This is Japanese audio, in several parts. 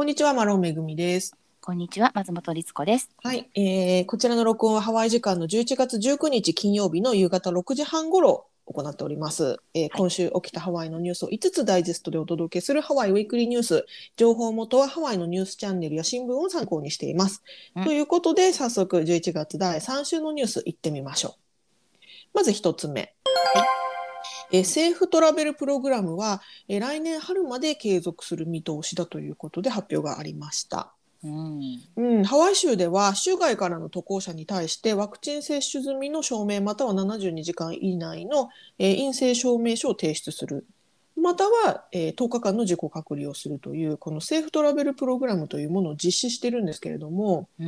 こんにちは、マロンめぐみです。 こんにちは、松本律子です。 はい、こちらの録音はハワイ時間の11月19日金曜日の夕方6時半頃行っております。 はい。 今週起きたハワイのニュースを5つダイジェストでお届けするハワイウィークリーニュース。情報元はハワイのニュースチャンネルや新聞を参考にしています。 うん。 ということで、早速11月第3週のニュース行ってみましょう。まず1つ目。 はい。 政府トラベルプログラムは、来年春まで継続する見通しだということで発表がありました。 うん。 ハワイ州では州外からの渡航者に対してワクチン接種済みの証明または72時間以内の、陰性証明書を提出する。または、10日間の自己隔離をするというこの政府トラベルプログラムというものを実施しているんですけれども、 うん。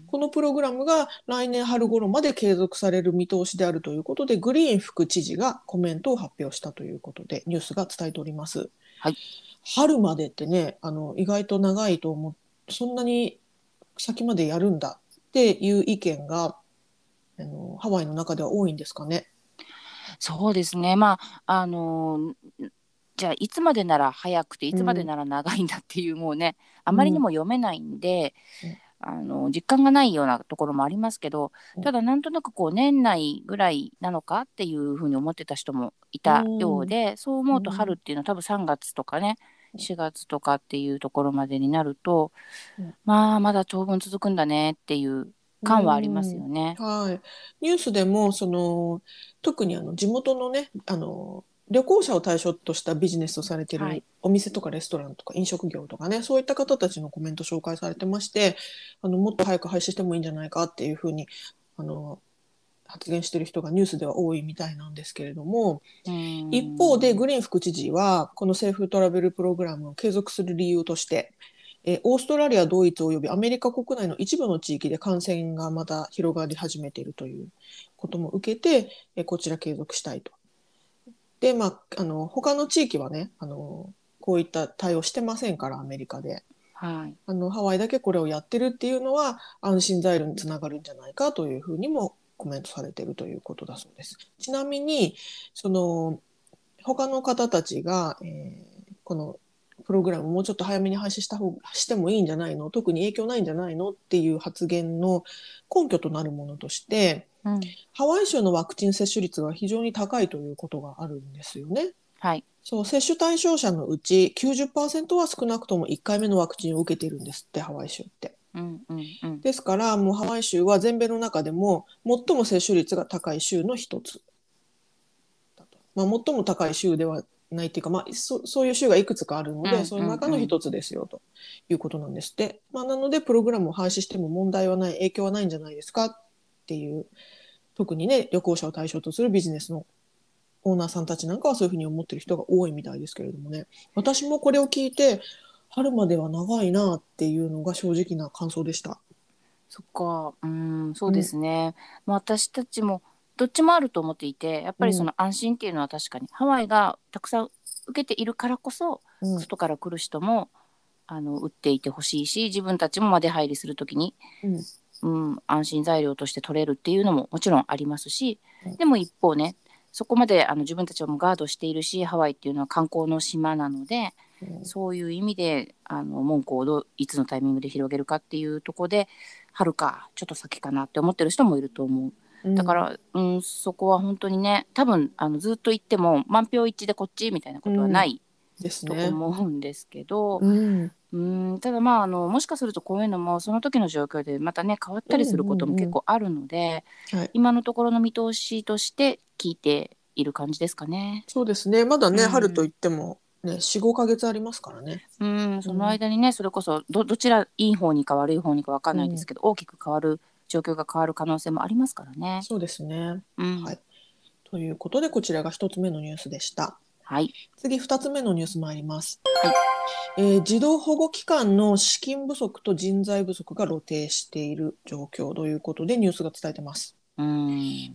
このプログラムが来年春頃まで継続される見通しであるということで、グリーン副知事がコメントを発表したということでニュースが伝えております。 はい。 春までってね、意外と長いと思う、そんなに先までやるんだっていう意見がハワイの中では多いんですかね。 そうですね。まあ、じゃあ、いつまでなら早くて、いうん、 つまでなら長いんだっていう、もうね、あうん、 まりにも読めないんで、 うん、 実感がないようなところもありますけど、ただ、なんとなくこう、年内ぐらいなのかっていうふうに思ってた人もいうたようん、 で、そう思うと春うん、 っていうのは多分3月とかね、4月とかっていうところまでになると、 うん、 まあ、まだ当分続くんだねっていうう感はありますん、 よね。 はい。ニュースでも特に地元のね旅行者を対象としたビジネスをされていはい。 るお店とかレストランとか飲食業とかね、そういった方たちのコメント紹介されてまして、もっと早く廃止してもいいんじゃないかっていうふうにあの発言している人がニュースでは多いみたいなんですけれども、 うー一方でん。 グリーン副知事はこの政府トラベルプログラムを継続する理由として、オーストラリア、ドイツおよびアメリカ国内の一部の地域で感染がまた広がり始めているということも受けて、こちら継続したいと。で、他の地域はね、こういった対応してませんから、アメリカで。 はい。 ハワイだけこれをやってるっていうのは安心材料につながるんじゃないかというふうにもコメントされているということだそうです。ちなみに、その他の方たちが、このプログラムもうちょっと早めに廃止してもいいんじゃないの、特に影響ないんじゃないのっていう発言の根拠となるものとして、 うん。 ハワイ州のワクチン接種率が非常に高いということがあるんですよね。 はい。 そう、接種対象者のうち90%は少なくとも1回目のワクチンを受けているんですって、ハワイ州って。 うん。うん。うん。 ですから、もうハワイ州は全米の中でも最も接種率が高い州の一つだと。最も高い州ではないっていうか、そういう州がいくつかあるので、 うん。 そのうん。うん。 中の一つですよということなんですって。なので、プログラムを廃止しても問題はない、影響はないんじゃないですかっていう、特にね、旅行者を対象とするビジネスのオーナーさんたちなんかはそういうふうに思ってる人が多いみたいですけれどもね。私もこれを聞いて、春までは長いなっていうのが正直な感想でした。 そっか。そうでうん、 すね。まあ、私たちもどっちもあると思っていて、やっぱりそうん、 の安心っていうのは確かにハワイがたくさん受けているからこそ、 うん、 外から来る人も打っていてほしいし、自分たちも出入りするときに、 うん、 安心材料として取れるっていうのももちろんありますし、 うん、 でも一方ね、そこまで自分たちはもうガードしているし、ハワイっていうのは観光の島なので、 うん、 そういう意味で門戸をいつのタイミングで広げるかっていうところで、春かちょっと先かなって思ってる人もいると思う。 うん、 だから、そこは本当にね、多分ずっと言っても満票一致でこっちみたいなことはうんないとですね。 思うんですけど、 うん、 ただまあ、もしかするとこういうのもその時の状況でまたね変わっうん、 たりすることもうん、うん。 結構あるので、 はい。 今のところの見通しとして聞いている感じですかね。 そうですね。まだうね、春といっん、 てもね、4、5ヶ月ありますからね。 そのうん、 間にね、それこそどちらいい方にか悪い方にか分かんうん、 ないですけど、大きく変わる状況が変わる可能性もありますからね。 そうですね。 うん。 はい。ということで、こちらが一つ目のニュースでした。 はい。 次、二つ目のニュース参ります。 はい。 児童保護機関の資金不足と人材不足が露呈している状況ということでニュースが伝えてます。 うん。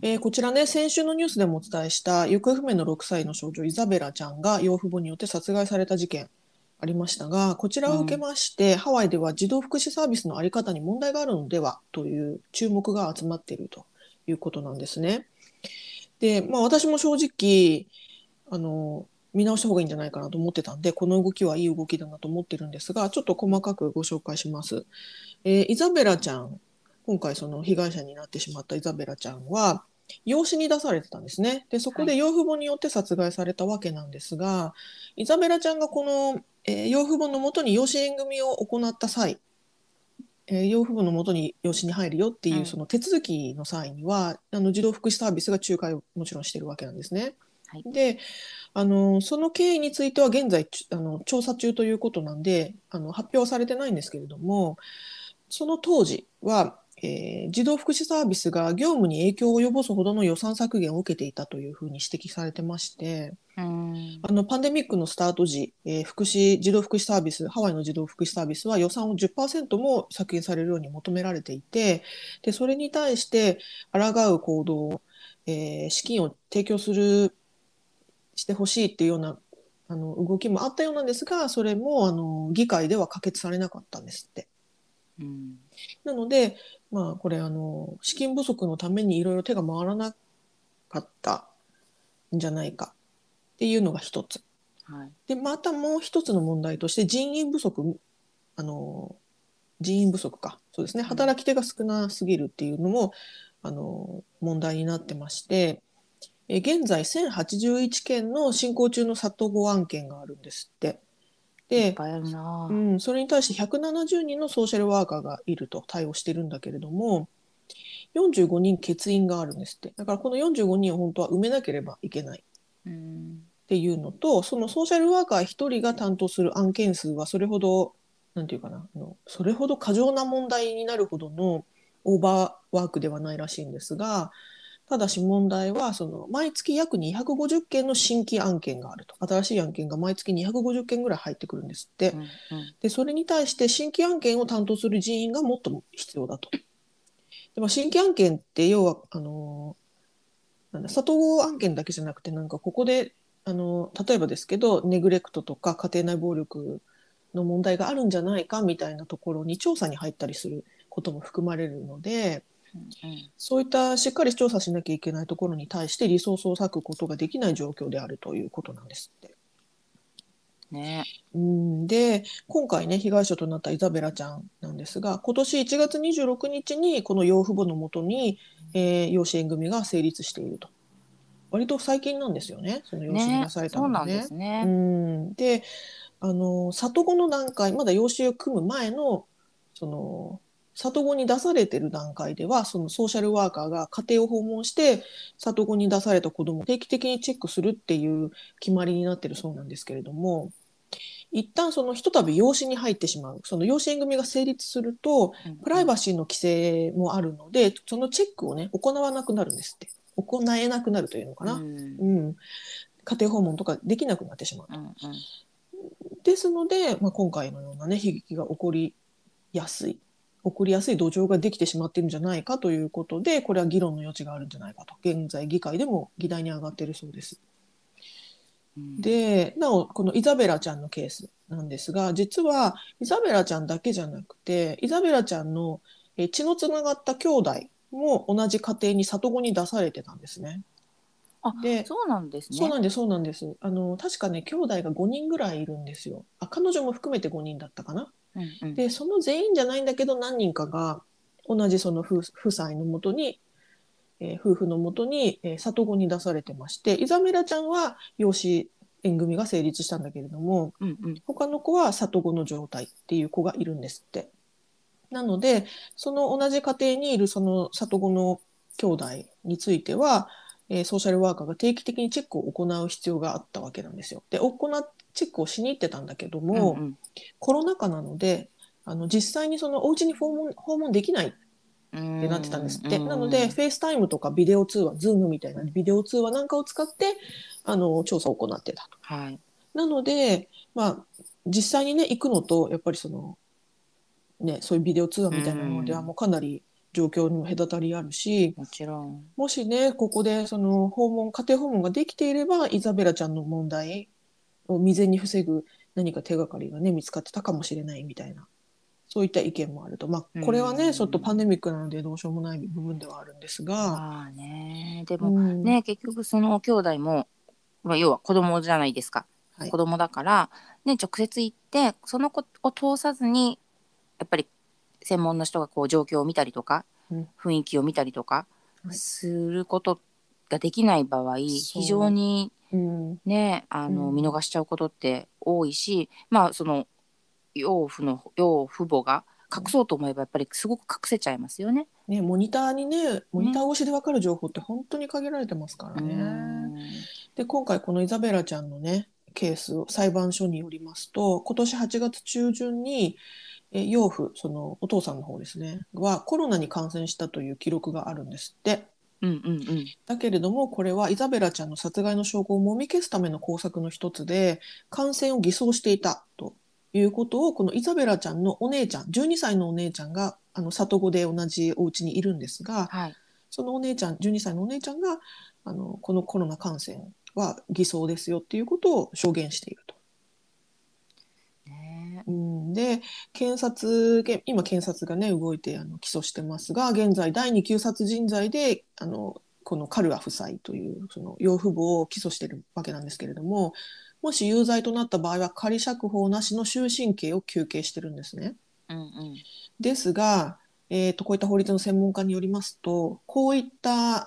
こちらね、先週のニュースでもお伝えした行方不明の6歳の少女イザベラちゃんが養父母によって殺害された事件ありましたが、こちらを受けうん。 ましてハワイでは児童福祉サービスの在り方に問題があるのではという注目が集まっているということなんですね。で、私も正直あの見直した方がいいんじゃないかなと思ってたんで、この動きはいい動きだなと思ってるんですが、ちょっと細かくご紹介します。イザベラちゃん、今回その被害者になってしまったイザベラちゃんは、養子に出されてたんですね。で、そこで養父母によって殺害されたわけなんですが、イザベラちゃんがこの、養父母のもとに養子縁組を行った際、養父母のもとに養子に入るよっていうその手続きの際には、児童福祉サービスが仲介をもちろんしてるわけなんですね。 はい。 で、その経緯については現在調査中ということなんで発表されてないんですけれども、その当時は、児童福祉サービスが業務に影響を及ぼすほどの予算削減を受けていたというふうに指摘されてまして、パンデミックのスタート時、児童福祉サービス、ハワイの児童福祉サービスは予算を 10% も削減されるように求められていて、でそれに対して抗う行動、資金を提供してほしいっていうような動きもあったようなんですが、それも議会では可決されなかったんですって。なので、まあ、これ資金不足のためにいろいろ手が回らなかったんじゃないかっていうのが一つ。 はい。 で、またもう一つの問題として人員不足、人員不足か。そうですね。働き手が少なすぎるっていうのも、問題になってまして、現在1081件の進行中の里子案件があるんですって。で、 いっぱいあるな。 それに対して170人のソーシャルワーカーがいると対応してるんだけれども、45人欠員があるんですって。だからこの45人を本当は埋めなければいけないっていうのと、そのソーシャルワーカー1人が担当する案件数はそれほど、なんていうかな、それほど過剰な問題になるほどのオーバーワークではないらしいんですが、ただし問題は、その毎月約250件の新規案件があると。新しい案件が毎月250件ぐらい入ってくるんですって。で、それに対して新規案件を担当する人員がもっと必要だと。でも新規案件って要は、なんだ、里子案件だけじゃなくて、なんかここで、例えばですけど、ネグレクトとか家庭内暴力の問題があるんじゃないかみたいなところに調査に入ったりすることも含まれるので、そういったしっかり調査しなきゃいけないところに対してリソースを割くことができない状況であるということなんですって。 ね。 で、今回ね、被害者となったイザベラちゃんなんですが、今年1月26日にこの養父母のもとに、養子縁組が成立していると。割と最近なんですよね、その養子にね。 出されたそうなんでのがね。 すね。 で、里子の段階、まだ養子を組む前の、その、里子に出されてる段階では、そのソーシャルワーカーが家庭を訪問して、里子に出された子どもを定期的にチェックするっていう決まりになってるそうなんですけれども、一旦そのひとたび養子に入ってしまう、その養子縁組が成立すると、プライバシーの規制もあるので、そのチェックをね、行わなくなるんですって。行えなくなるというのかな。家庭訪問とかできなくなってしまうと。ですので、今回のようなね、悲劇がやすい。起こりやすい土壌ができてしまっているんじゃないかということで、これは議論の余地があるんじゃないかと、現在議会でも議題に上がっているそうです。で、なお、このイザベラちゃんのケースなんですが、実はイザベラちゃんだけじゃなくて、イザベラちゃんの血のつながった兄弟も同じ家庭に里子に出されてたんですね。で、 そうなんですね。 そうなんです、そうなんです。確かね、兄弟が5人ぐらいいるんですよ。彼女も含めて5人だったかな。で、その全員じゃないんだけど、何人かが同じその夫妻のもとに、夫婦のもとに、里子に出されてまして、イザベラちゃんは養子縁組が成立したんだけれども、他の子は里子の状態っていう子がいるんですって。なので、その同じ家庭にいるその里子の兄弟については、ソーシャルワーカーが定期的にチェックを行う必要があったわけなんですよ。で、チェックをしに行ってたんだけども、コロナ禍なので、実際にそのお家に訪問できないってなってたんですって。なので、フェイスタイムとかビデオ通話、ズームみたいなビデオ通話なんかを使って、調査を行ってたと。なので、実際にね、行くのと、やっぱりその、ね、そういうビデオ通話みたいなのではもうかなり状況にも隔たりあるし、 もちろん。 もしね、ここでその家庭訪問ができていれば、イザベラちゃんの問題を未然に防ぐ何か手がかりがね、見つかってたかもしれないみたいな、そういった意見もあると。これはね、ちょっとパンデミックなのでどうしようもない部分ではあるんですが。 でもね、結局その兄弟もまあ、要は子供じゃないですか。 はい。 子供だから、ね、直接行ってその子を通さずにやっぱり専門の人がこう状況を見たりとかうん。 雰囲気を見たりとかはい。 することができない場合、非常そにう。うん。 ね、 うん。 見逃しちゃうことって多いし、まあその養父母が隠そうと思えばやっぱりすごく隠せちゃいますよね。 ね、モニターね。 越しで分かる情報って本当に限られてますかうーらね。 ん。 で、今回このイザベラちゃんのね、ケースを裁判所によりますと、今年8月中旬に、養父、そのお父さんの方ですね、はコロナに感染したという記録があるんですって。 うんうんうん。 だけれども、これはイザベラちゃんの殺害の証拠をもみ消すための工作の一つで、感染を偽装していたということを、このイザベラちゃんのお姉ちゃん、12歳のお姉ちゃんが、里子で同じお家にいるんですが、 はい。 そのお姉ちゃん、12歳のお姉ちゃんが、このコロナ感染は偽装ですよっていうことを証言していると。 ね。 うん、で、今検察がね、動いて起訴してますが、現在第2級殺人罪で、このカルア夫妻というその養父母を起訴しているわけなんですけれども、もし有罪となった場合は仮釈放なしの終身刑を求刑してるんですね。 うんうん。 ですが、こういった法律の専門家によりますと、こういった、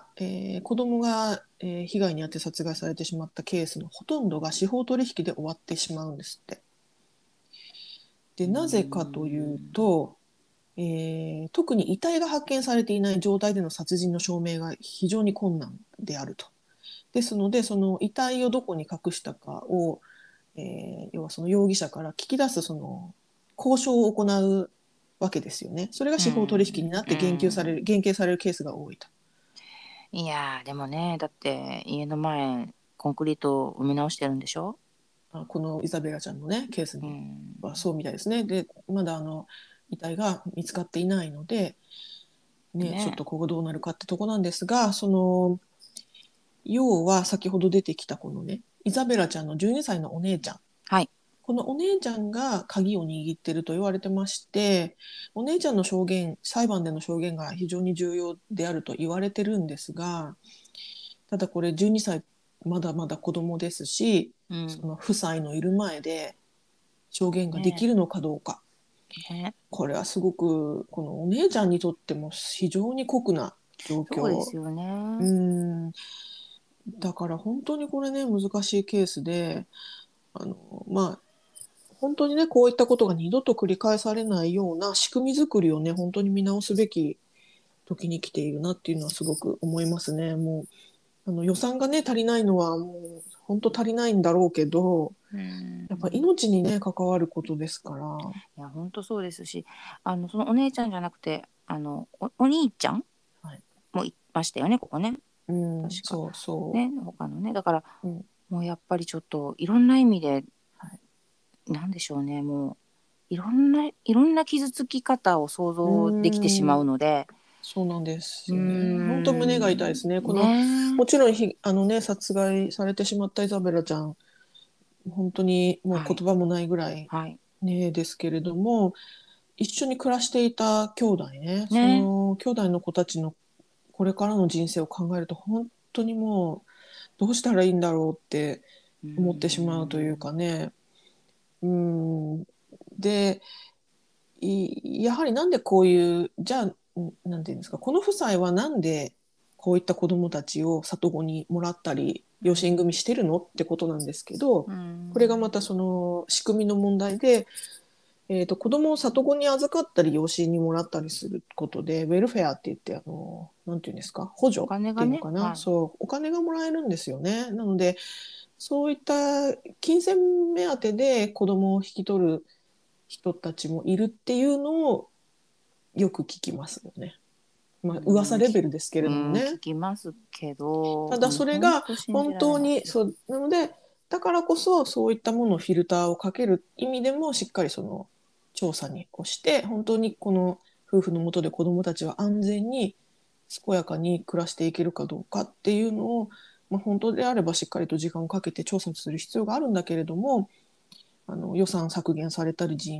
子供が、被害に遭って殺害されてしまったケースのほとんどが司法取引で終わってしまうんですって。で、 うーなぜかというん。 と、特に遺体が発見されていない状態での殺人の証明が非常に困難であると。ですので、その遺体をどこに隠したかを、要はその容疑者から聞き出すその交渉を行うわけですよね。それがう司法取引にん。 なっうてん。 減刑されるケースが多いと。 いやーでもね、だって家の前コンクリートを埋め直してるんでしょ。 このイザベラちゃんのね、ケースうにはん。 そうみたいですね。で、まだ遺体が見つかっていないので、ね、ちょっね。 とここどうなるかってとこなんですが、その、要は先ほど出てきたこのね、イザベラちゃんの12歳のお姉ちゃん。 はい。 このお姉ちゃんが鍵を握っていると言われてまして、お姉ちゃんの証言、裁判での証言が非常に重要であると言われてるんですが、ただこれ12歳、まだまだ子供ですし、 うん。 その夫妻のいる前で証言ができね。 るのかどうか。 ね。 これはすごく、このお姉ちゃんにとっても非常に酷な状況。 そうですようね。 ん。だから本当にこれね、難しいケースで、まあ、本当にね、こういったことが二度と繰り返されないような仕組み作りをね、本当に見直すべき時に来ているなっていうのはすごく思いますね。もう、予算がね、足りないのはもう、本当足りないんだろうけど、 うん。 やっぱ命にね、関わることですから。 いや本当そうですし、そのお姉ちゃんじゃなくてお兄ちゃんはい。 もいましたよね、ここね。 うん、 確かそうそね、他のね。だからう。うん、 もうやっぱりちょっといろんな意味ではい。 なんでしょうね、もういろんな傷つき方を想う像できてしまうん、 ので。 そうなんでうーすよね。本当胸が痛いでん。 すね。 ね。 もちろん殺害されてしまったイザベラちゃん、本当にもうはい言葉もないぐらいはいね、ですけれども、一緒に暮らしていた兄弟ね、そね。 の兄弟の子たちのこれからの人生を考えると、本当にもう、どうしたらいいんだろうってうー思ってしまうというん。 かね。うん。で、やはりなんでこういう、じゃあ、なんていうんですか、この夫妻はなんでこういった子供たちを里子にもらったり、養子縁組してるのってことなんですけど、 うーこれがまん。 たその仕組みの問題で、子供を里子に預かったり養子にもらったりすることで、ウェルフェアって言って、なんていうんですか、補助おっ金がね。 ていうのかな、 はい。 そう、お金がもらえるんですよね。なので、そういった金銭目当てで子供を引き取る人たちもいるっていうのをよく聞きますよね。まあ、噂レベルですけれども聞ね。 きますけど、 ただそれが本当信じ本られない。 当に、そう、なので、だからこそそういったものをフィルターをかける意味でもしっかりその調査をして、本当にこの夫婦のもとで子どもたちは安全に健やかに暮らしていけるかどうかっていうのを、まあ、本当であればしっかりと時間をかけて調査する必要があるんだけれども、予算削減されたり人員が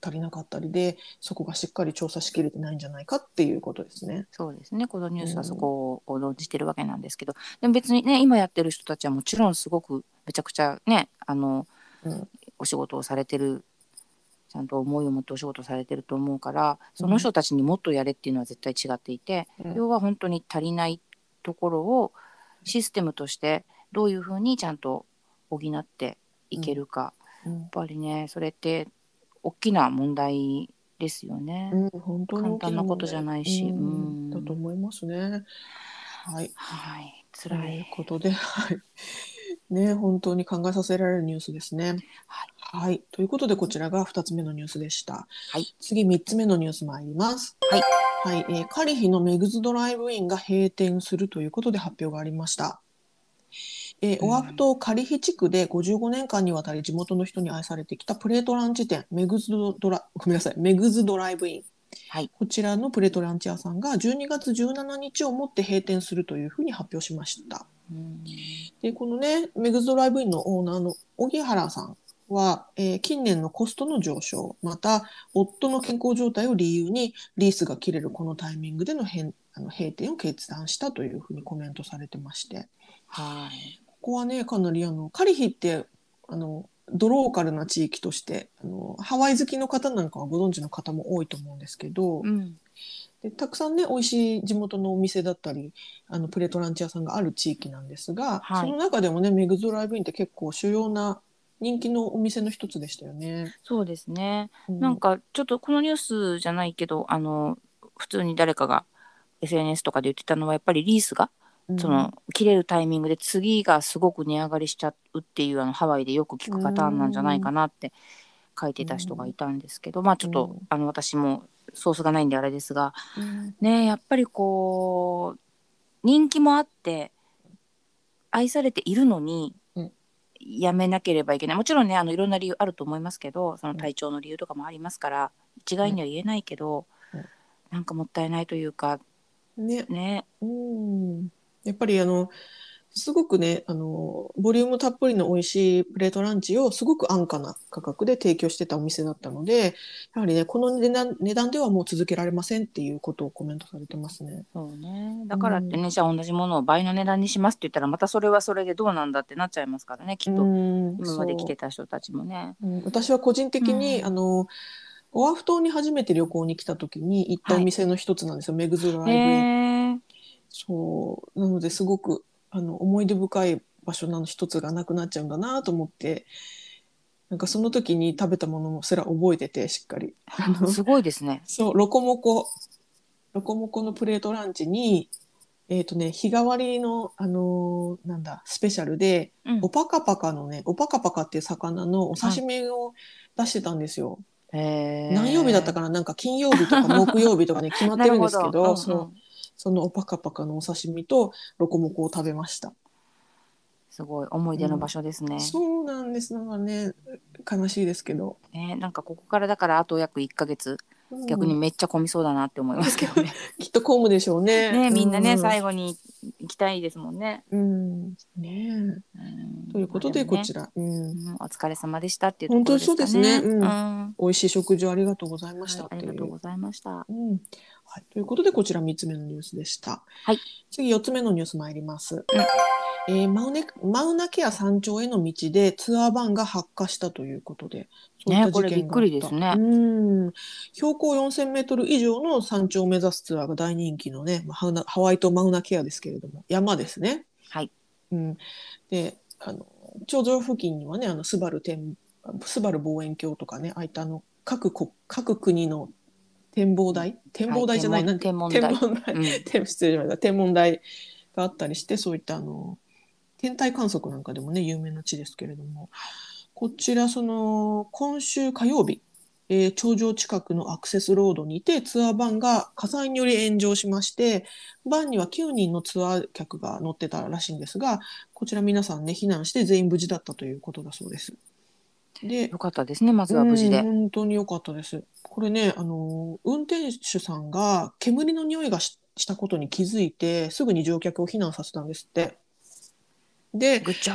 足りなかったりで、そこがしっかり調査しきれてないんじゃないかっていうことですね。 そうですね、このニュースはそこを論じてるわけなんですけど、でも別にね、今やってる人たちはもちろんすごくめちゃくちゃね、 うんお仕事をされてる、ちゃんと思いを持ってお仕事されてると思うから、その人たちにもっとやれっていうのは絶対違っていて、要は本当に足りないところをシステムとしてどういうふうにちゃんと補っていけるか、やっぱりね、それって大きな問題ですよね。 本当に簡大き単なことじゃな問題、 ないし、 だと思いますね。はい。 はい、 と辛い。 いうことで、はい。ね、本当に考えさせられるニュースですね。 はい、 はい。ということで、こちらが2つ目のニュースでした。 はい、 次、3つ目のニュース参ります。 はい、 はい。カリヒのメグズドライブインが閉店するということで発表がありました。オアフ島カリヒ地区で55年間にわたり地元の人に愛されてきたプレートランチ店、メグズドライブイン。 はい、 こちらのプレートランチ屋さんが12月17日をもって閉店するというふうに発表しました。で、このね、メグズドライブインのオーナーの荻原さんは、近年のコストの上昇、また夫の健康状態を理由にリースが切れるこのタイミングでの閉店を決断したというふうにコメントされてまして、 はい、 ここはね、かなりカリヒってドローカルな地域としてハワイ好きの方なんかはご存知の方も多いと思うんですけど、でたくさんね美味しい地元のお店だったりプレートランチ屋さんがある地域なんですが、 はい、 その中でもねメグズドライブインって結構主要な人気のお店の一つでしたよね。 そうですね。なんうんかちょっとこのニュースじゃないけど、普通に誰かが SNS とかで言ってたのは、やっぱりリースがうん切れるタイミングで次がすごく値上がりしちゃうっていう、ハワイでよく聞くパターンなんじゃないかなって書いてた人がいたんですけど、まあちょっと私もソースがないんであれですが、ね、やっぱりこう人気もあって愛されているのにうんやめなければいけない。もちろんね、いろんな理由あると思いますけど、その体調の理由とかもありますから、一概には言えないけど、なんかもったいないというか、 ね、 ね。 やっぱりすごくねボリュームたっぷりの美味しいプレートランチをすごく安価な価格で提供してたお店だったので、やはりねこの値段ではもう続けられませんっていうことをコメントされてますね。 そうね。だからってね、じゃあ同じものを倍の値段にしますって言ったら、またそれはそれでどうなんだってなっちゃいますからね、きっと。今まで来てた人たちもね。 私は個人的にオアフ島に初めて旅行に来た時に行ったお店の一つなんですよ、メグズドライブイン。そうなのですごく思い出深い場所の一つがなくなっちゃうんだなと思って、なんかその時に食べたものすら覚えててしっかりすごいですね。 そうロコモコのプレートランチに日替わりのなんだスペシャルで、オパカパカっていう魚のお刺身を出してたんですよ。何曜日だったかな、なんか金曜日とか木曜日とかね決まってるんですけど、そのオパカパカのお刺身とロコモコを食べました。 すごい思い出の場所ですね。 そうなんです。なんかね悲しいですけど、 なんかここからだからあと約1ヶ月、逆にめっちゃ混みそうだなって思いますけどね。 きっと混むでしょうね。 ね、みんなね、最後に行きたいですもんね。 ねということでこちら、 お疲れ様でしたっていうと本当にころですかね。 そうですね。美味しい食事をありがとうございましたっありていう。 がとうございました。 はい、ということでこちら3つ目のニュースでした。 はい。 次4つ目のニュース参ります。マウナケア山頂への道でツアーバンが発火したということで、そういった事件があった。 これびっくりですね。 標高4000メートル以上の山頂を目指すツアーが大人気のね、ハワイ島マウナケアですけれども、山ですね。 はい。 で、頂上付近にはね、スバル望遠鏡とかね、ああいった各国の展望台じゃない、 天文台失礼しました。天文台があったりして、そういった天体観測なんかでもね有名な地ですけれども、こちら今週火曜日、頂上近くのアクセスロードにてツアーバンが火災により炎上しまして、バンには9人のツアー客が乗ってたらしいんですが、こちら皆さんね避難して全員無事だったということだそうです。で、 よかったですね、まずは無事で。 本当に良かったです。これね、運転手さんが煙の匂いがしたことに気づいて、すぐに乗客を避難させたんですって。で、 グッジョブ。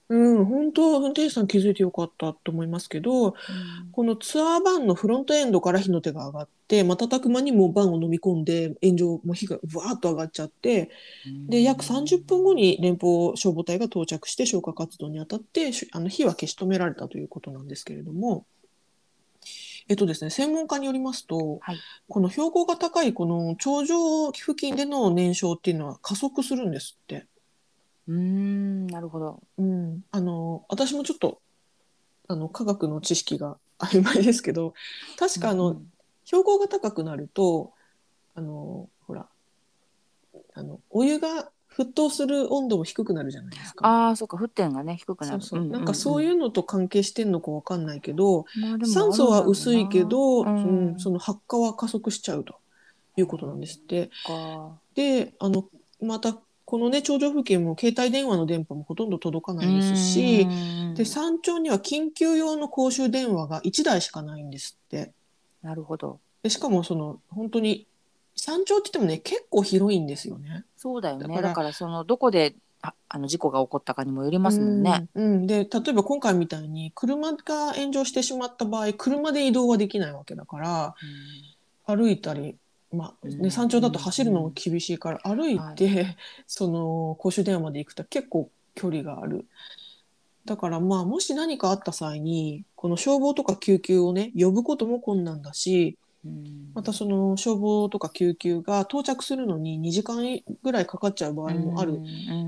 本当、運転手さん気づいてよかったと思いますけど、 うん、 このツアーバンのフロントエンドから火の手が上がって、瞬く間にもうバンを飲み込んで、もう火がわーっと上がっちゃって、 うで、約30分後ん、 に連邦消防隊が到着して消火活動に当たって、火は消し止められたということなんですけれども、ですね、専門家によりますと、 はい。 この標高が高いこの頂上付近での燃焼っていうのは加速するんですって。 なるほど。 私もちょっと科学の知識が曖昧ですけど、確かうんうん。 標高が高くなると、ほら、お湯が沸騰する温度も低くなるじゃないですか。 ああ、そっか、沸点がね、低くなる。うんそうそう。なんかうんうん。 そういうのと関係してんのかわかんないけど、 まあでも酸素はあるんだろう薄いけな。うど、そん。 の発火は加速しちゃうということなんですって。 か。 で、また、このね、頂上付近も携帯電話の電波もほとんど届かうーないですし、で、 ん。 山頂には緊急用の公衆電話が1台しかないんですって。 なるほど。 で、しかも本当に、山頂って言ってもね、結構広いんですよね。 そうだよね。だだから、 からそのどこで事故が起こったかにもよりうますもんね。 ん、うん。で、例えば今回みたいに車が炎上してしまった場合、車で移動はできないわけだから、 うん。 歩いたり、まあね、 うん山頂だとうん走るのもうん。 厳しいから歩いはい。 てその公衆電話まで行くと結構距離がある。だからまあもし何かあった際にこの消防とか救急をね呼ぶことも困難だし、 うん。 またその消防とか救急が到着するのに2時間ぐらいかかっちゃう場う合もあるんうん。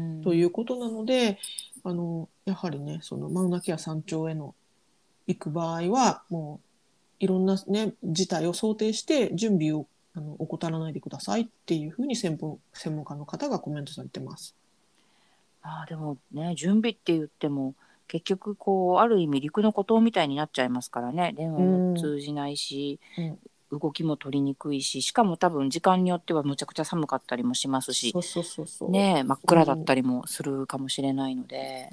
ということなので、やはりねそのマウナケア山頂への行く場合はもういろんなね事態を想定して準備を怠らないでくださいっていうふうに専門家の方がコメントされてます。 ああ、でもね、準備って言っても結局こうある意味陸の孤島みたいになっちゃいますからね。電話もうん、 通じないし、 うん、 動きも取りにくいし、しかも多分時間によってはむちゃくちゃ寒かったりもしますし、 そうそうそうそねえ、真っう。 暗だったりもするかもしれないので。 うん、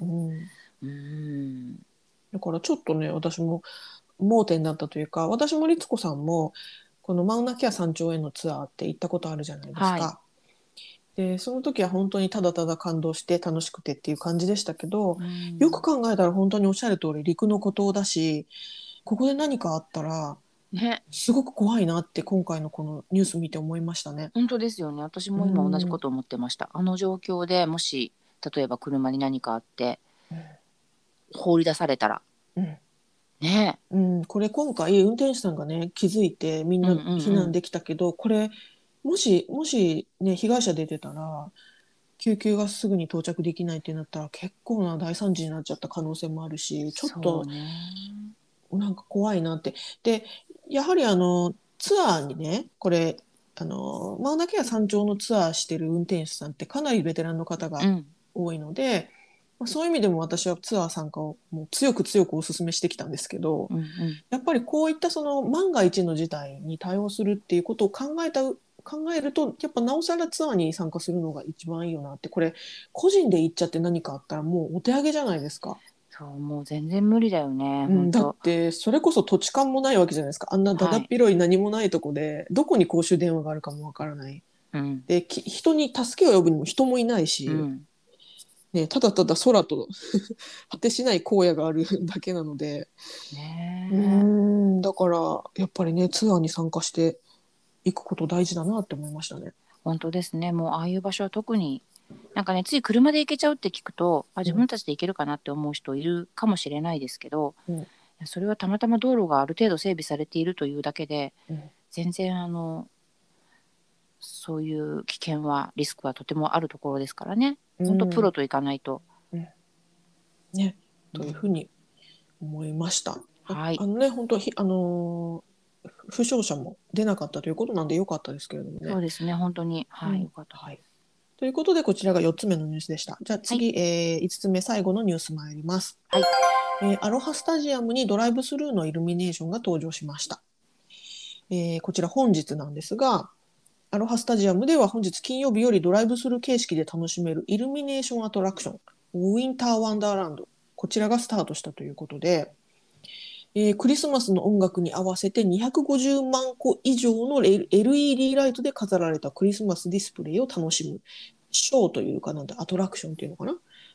うーん。 だからちょっとね、私も盲点だったというか、私も律子さんも、このマウナケア山頂へのツアーって行ったことあるじゃないですはい。 か。で、その時は本当にただただ感動して楽しくてっていう感じでしたけど、 うよくん。 考えたら本当におっしゃる通り陸の孤島だし、ここで何かあったら、 ね、 すごく怖いなって今回のこのニュース見て思いましたね。 本当ですよね。私うも今同じこん。 と思ってました。あの状況でもし、例えば車に何かあって放り出されたら、 うん。 ねうん、これ今回運転手さんがね気づいてみんえ。うんなうんうん。 避難できたけど、これもしね被害者出てたら救急がすぐに到着できないってなったら結構な大惨事になっちゃった可能性もあるし、ちょっとそうね。 なんか怖いなって。で、やはりツアーにね、これ、マウナケア山頂のツアーしてる運転手さんってかなりベテランの方がうん。 多いので、まあそういう意味でも私はツアー参加をもう強く強くお勧めしてきたんですけど、 うんうん。 やっぱりこういったその万が一の事態に対応するっていうことを考えると、やっぱなおさらツアーに参加するのが一番いいよなって、これ、個人で行っちゃって何かあったらもうお手上げじゃないですか。 そう、もう全然無理だよね。 うん、だっ本当。 て、それこそ土地勘もないわけじゃないですか。あんなだだはい。 っ広い何もないとこで、どこに公衆電話があるかもわからない。 うん。 で、人に助けを呼ぶにも人もいないし、 うん。 ね、ただただ空と果てしない荒野があるだけなので、 ねえ。 だから、やっぱりね、ツアーに参加していくこと大事だなって思いましたね。 本当ですね。もうああいう場所は特に、なんかね、つい車で行けちゃうって聞くと、自うん、 分たちで行けるかなって思う人いるかもしれないですけど、 うん、 それはたまたま道路がある程度整備されているというだけで、 うん、 全然そういう危険はリスクはとてもあるところですからね。 うん、 本当プロと行かないと。 うん、ね、 うん、 というふうに思いました。 はい。 本当負傷者も出なかったということなんで良かったですけれどもね。 そうですね。本当に。はい。 うん、 よかったはい。 です。 ということで、こちらが4つ目のニュースでした。じゃあはい。 次、5つ目、最後のニュース参ります。 はい。 アロハスタジアムにドライブスルーのイルミネーションが登場しました。こちら本日なんですが、アロハスタジアムでは本日金曜日よりドライブスルー形式で楽しめるイルミネーションアトラクション、ウィンターワンダーランド、こちらがスタートしたということで、クリスマスの音楽に合わせて250万個以上の LED ライトで飾られたクリスマスディスプレイを楽しむショーというかなんだアトラクションというのかな、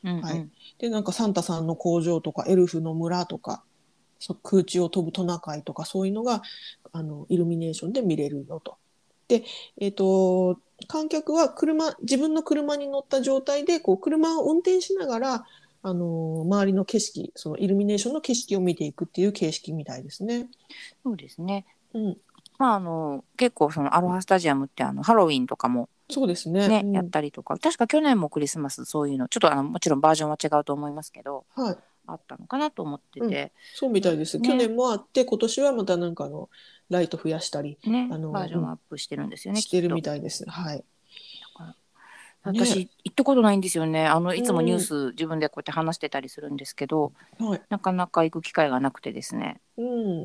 うんうんはい、でなんかサンタさんの工場とかエルフの村とか空中を飛ぶトナカイとかそういうのがイルミネーションで見れるよと。で、観客は自分の車に乗った状態でこう車を運転しながら周りの景色、そのイルミネーションの景色を見ていくっていう形式みたいですね。 そうですね。 うん、 まあ結構そのアロハスタジアムってハロウィンとかもそうですね。 ね、やったりとか、確か去年もクリスマスそういうのちょっともちろんバージョンは違うと思いますけど、 はい。 あったのかなと思ってうん、 て、 そうみたいです。去ね年もあって、今年はまたなんかライト増やしたり、 ね、バージョンアップしてるんですよね、 してるきっと。 みたいです。はい。 だからね。 私行ったことないんですよね。いつもニューうん。 ス自分でこうやって話してたりするんですけど、 はい。 なかなか行く機会がなくてですね。 うん。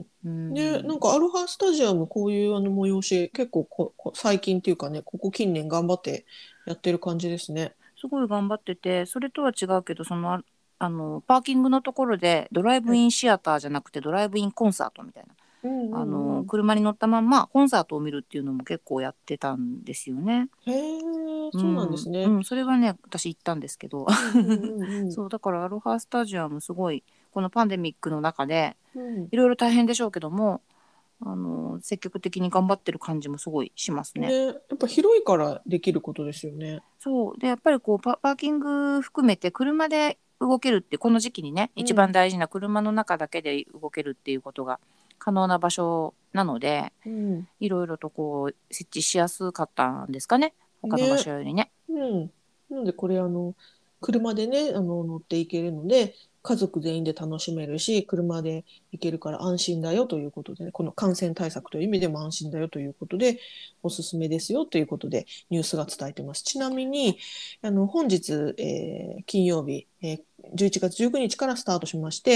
うね、なんん、 かアロハスタジアムこういう催し結構最近っていうかね、ここ近年頑張ってやってる感じですね。 すごい頑張ってて、それとは違うけど、パーキングのところでドライブはい。 インシアターじゃなくてドライブインコンサートみたいな、 うんうんうん。 車に乗ったまんまコンサートを見るっていうのも結構やってたんですよね。 へえ、そうなんでうん、 すね。 うん、それはね私行ったんですけど、 うんうんうんうん。 そうだからアロハスタジアムすごいこのパンデミックの中でうん。 いろいろ大変でしょうけども、積極的に頑張ってる感じもすごいしますね。 ね、やっぱ広いからできることですよね。 そうでやっぱりこうパーキング含めて車で動けるってこの時期にね一番うん。 大事な車の中だけで動けるっていうことが可能な場所なので、 うん。 いろいろとこう設置しやすかったんですかね、他の場ね。 所よりね。 うん。なのでこれ車でね乗っていけるので家族全員で楽しめるし車で行けるから安心だよということで、ね、この感染対策という意味でも安心だよということでおすすめですよということでニュースが伝えてます。ちなみに本日、金曜日、11月19日からスタートしまして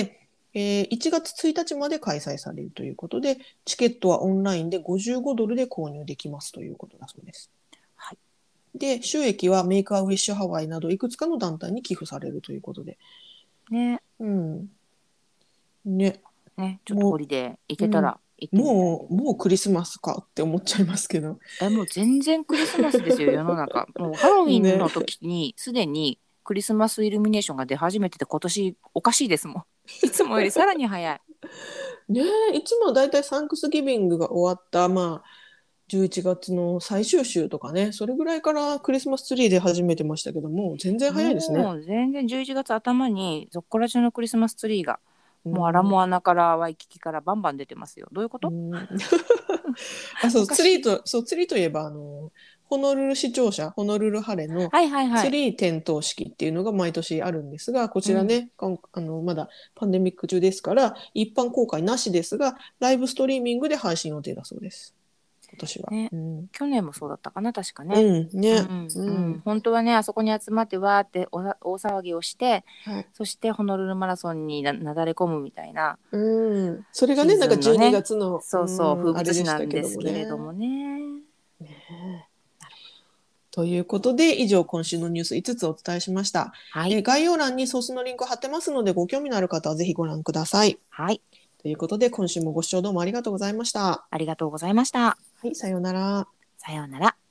、1月1日まで開催されるということでチケットはオンラインで$55で購入できますということだそうです。 はいで、収益はメイクアウィッシュハワイなどいくつかの団体に寄付されるということで。 ね。 うん。ね。 ね、ちょっとホもリデー行う、うん。 けたら行ってみたいです。 もうクリスマスかって思っちゃいますけど。 もう全然クリスマスですよ世の中。もうハロウィンね。 の時にすでにクリスマスイルミネーションが出始めてて今年おかしいですもん。いつもよりさらに早い。 ねいつもだいたいサンクスギビングが終わった、まあ、11月の最終週とかね、それぐらいからクリスマスツリーで始めてましたけども、全然早いですね。 もう全然11月頭にそこら中のクリスマスツリーがもうアラうん。 モアナからワイキキからバンバン出てますよ。どういうこと？ うん。あ、そう、 おかしい。 ツリーといえば、ホノルル市庁舎、ホノルルハレのはいはいはい。 ツリー点灯式っていうのが毎年あるんですが、こうん。 ちらね、まだパンデミック中ですから、一般公開なしですが、ライブストリーミングで配信予定だそうです。今年は。 ね。 うん。 去年もそうだったかな確かね。 うん、ね。 うんううん。 ん。 本当はねあそこに集まってわーって大騒ぎをして、 はい。 そしてホノルルマラソンになだれ込むみたいなうん。それがね、なんシーズか12 ンのね、 月の、 そうそう風あれ物詩でしたけどなんですもね。 けれどもね。 ねということで、以上今週のニュース5つお伝えしました。 はい。 概要欄にソースのリンクを貼ってますので、ご興味のある方はぜひご覧ください。 はい。 ということで、今週もご視聴どうもありがとうございました。 ありがとうございました。 はい、さようなら。 さようなら。